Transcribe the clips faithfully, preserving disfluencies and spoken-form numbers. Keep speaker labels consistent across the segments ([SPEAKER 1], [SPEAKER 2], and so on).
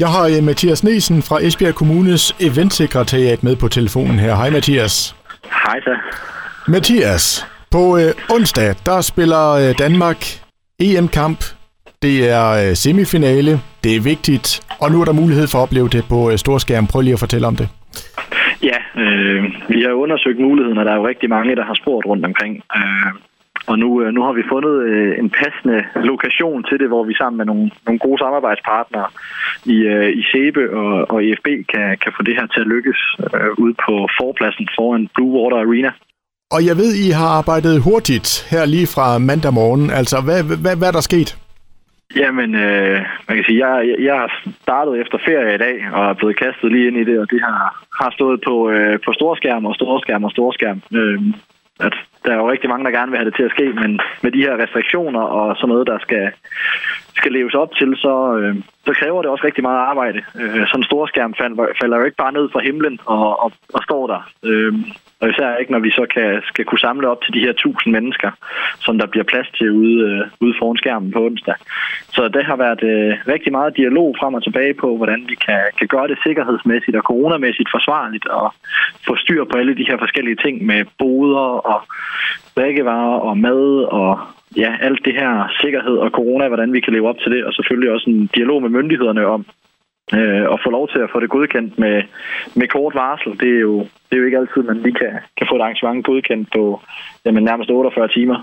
[SPEAKER 1] Jeg har Mathias Nielsen fra Esbjerg Kommunes eventsekretariat med på telefonen her. Hej Mathias.
[SPEAKER 2] Hej så.
[SPEAKER 1] Mathias, på øh, onsdag, der spiller øh, Danmark E M-kamp. Det er øh, semifinale, det er vigtigt, og nu er der mulighed for at opleve det på øh, storskærm. Prøv lige at fortælle om det.
[SPEAKER 2] Ja, øh, vi har undersøgt muligheden, og der er jo rigtig mange, der har spurgt rundt omkring. Øh, og nu, nu har vi fundet øh, en passende lokation til det, hvor vi sammen med nogle, nogle gode samarbejdspartnere i, øh, i Sæbe og, og E F B kan, kan få det her til at lykkes øh, ude på forpladsen foran Blue Water Arena.
[SPEAKER 1] Og jeg ved, I har arbejdet hurtigt her lige fra mandag morgen. Altså, hvad, hvad, hvad er der sket?
[SPEAKER 2] Jamen, øh, man kan sige, jeg, jeg har startet efter ferie i dag og er blevet kastet lige ind i det, og det har, har stået på, øh, på storskærm og storskærm og storskærm. Øh, at der er jo rigtig mange, der gerne vil have det til at ske, men med de her restriktioner og sådan noget, der skal, skal leves op til, så, øh, så kræver det også rigtig meget arbejde. Øh, sådan en storskærm falder, falder jo ikke bare ned fra himlen og, og, og står der. Øh, Og især ikke, når vi så kan, skal kunne samle op til de her tusind mennesker, som der bliver plads til ude, øh, ude foran skærmen på onsdag. Så det har været øh, rigtig meget dialog frem og tilbage på, hvordan vi kan, kan gøre det sikkerhedsmæssigt og coronamæssigt forsvarligt og få styr på alle de her forskellige ting med boder og drikkevarer og mad og ja, alt det her sikkerhed og corona, hvordan vi kan leve op til det, og selvfølgelig også en dialog med myndighederne om og få lov til at få det godkendt med, med kort varsel. Det er, jo, det er jo ikke altid, man lige kan, kan få et arrangement godkendt på jamen, nærmest otteogfyrre timer.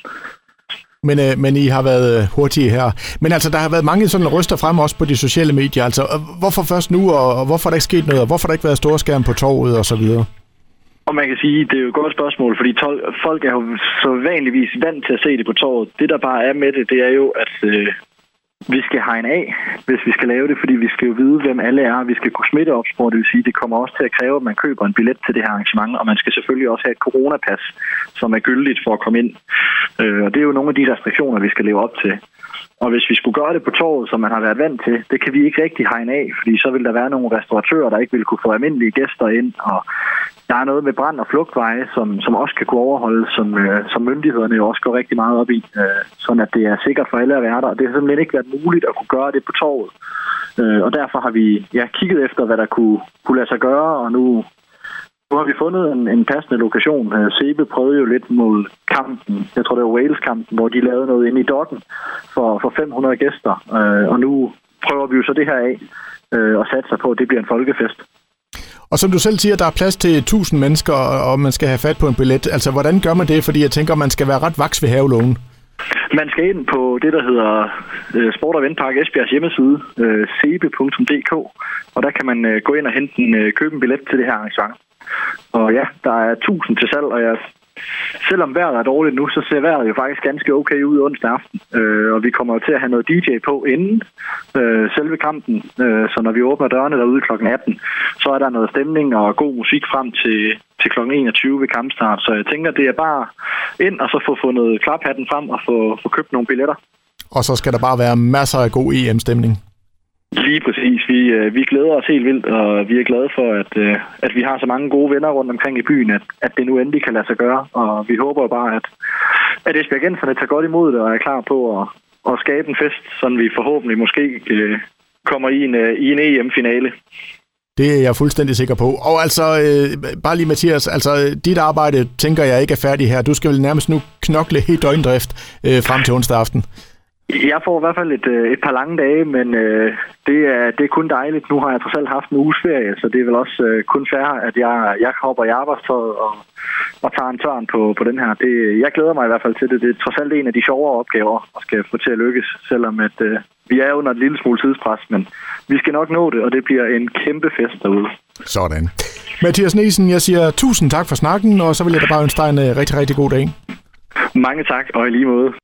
[SPEAKER 1] Men, øh, men I har været hurtige her. Men altså, der har været mange sådan ryster frem også på de sociale medier. Altså, hvorfor først nu, og hvorfor er der ikke sket noget, og hvorfor har der ikke været storskærm på torvet og så videre?
[SPEAKER 2] Og man kan sige, det er jo et godt spørgsmål, fordi tol- folk er jo så vanligvis vant til at se det på torvet. Det, der bare er med det, det er jo, at øh, vi skal hegne af, hvis vi skal lave det, fordi vi skal jo vide, hvem alle er. Vi skal kunne smitteopspore, det vil sige, det kommer også til at kræve, at man køber en billet til det her arrangement, og man skal selvfølgelig også have et coronapas, som er gyldigt for at komme ind. Og det er jo nogle af de restriktioner, vi skal leve op til. Og hvis vi skulle gøre det på torvet, som man har været vant til, det kan vi ikke rigtig hegne af, fordi så vil der være nogle restauratører, der ikke vil kunne få almindelige gæster ind, og der er noget med brand- og flugtveje, som, som også kan kunne overholdes, som, øh, som myndighederne jo også går rigtig meget op i, øh, sådan at det er sikkert for alle at være der. Og det har simpelthen ikke været muligt at kunne gøre det på torvet. Øh, og derfor har vi ja, kigget efter, hvad der kunne, kunne lade sig gøre, og nu, nu har vi fundet en, en passende lokation. Øh, Sæbe prøvede jo lidt mod kampen, jeg tror det var Wales-kampen, hvor de lavede noget inde i Dokken for, for fem hundrede gæster. Øh, og nu prøver vi jo så det her af, øh, og satser på, at det bliver en folkefest.
[SPEAKER 1] Og som du selv siger, der er plads til tusind mennesker, og man skal have fat på en billet. Altså, hvordan gør man det? Fordi jeg tænker, man skal være ret vaks ved havelågen.
[SPEAKER 2] Man skal ind på det, der hedder Sport- og Eventpark Esbjergs hjemmeside, sæbe punktum d k, og der kan man gå ind og hente en, købe en billet til det her arrangement. Og ja, der er tusind til salg, og jeg selvom vejret er dårligt nu, så ser vejret jo faktisk ganske okay ud onsdag aften. Øh, og vi kommer jo til at have noget D J på inden øh, selve kampen. Øh, så når vi åbner dørene derude klokken atten, så er der noget stemning og god musik frem til, til klokken enogtyve ved kampstart. Så jeg tænker, det er bare ind og så få fundet klaphatten frem og få, få købt nogle billetter.
[SPEAKER 1] Og så skal der bare være masser af god E M-stemning.
[SPEAKER 2] Lige præcis. Vi, øh, vi glæder os helt vildt, og vi er glade for, at, øh, at vi har så mange gode venner rundt omkring i byen, at, at det nu endelig kan lade sig gøre. Og vi håber bare, at, at esbjergenserne tager godt imod det og er klar på at, at skabe en fest, så vi forhåbentlig måske øh, kommer i en, øh, i en E M-finale.
[SPEAKER 1] Det er jeg fuldstændig sikker på. Og altså, øh, bare lige Mathias, altså dit arbejde tænker jeg ikke er færdig her. Du skal vel nærmest nu knokle helt døgndrift øh, frem til onsdag aften.
[SPEAKER 2] Jeg får i hvert fald et, et par lange dage, men øh, det, er, det er kun dejligt. Nu har jeg trods alt haft en uges ferie, så det er vel også øh, kun fair, at jeg, jeg hopper i arbejdstøjet og, og tager en tørn på, på den her. Det, jeg glæder mig i hvert fald til det. Det er trods alt en af de sjovere opgaver, at skal få til at lykkes, selvom at, øh, vi er under et lille smule tidspres, men vi skal nok nå det, og det bliver en kæmpe fest derude.
[SPEAKER 1] Sådan. Mathias Nielsen, jeg siger tusind tak for snakken, og så vil jeg da bare ønske dig en rigtig, rigtig god dag.
[SPEAKER 2] Mange tak, og i lige måde.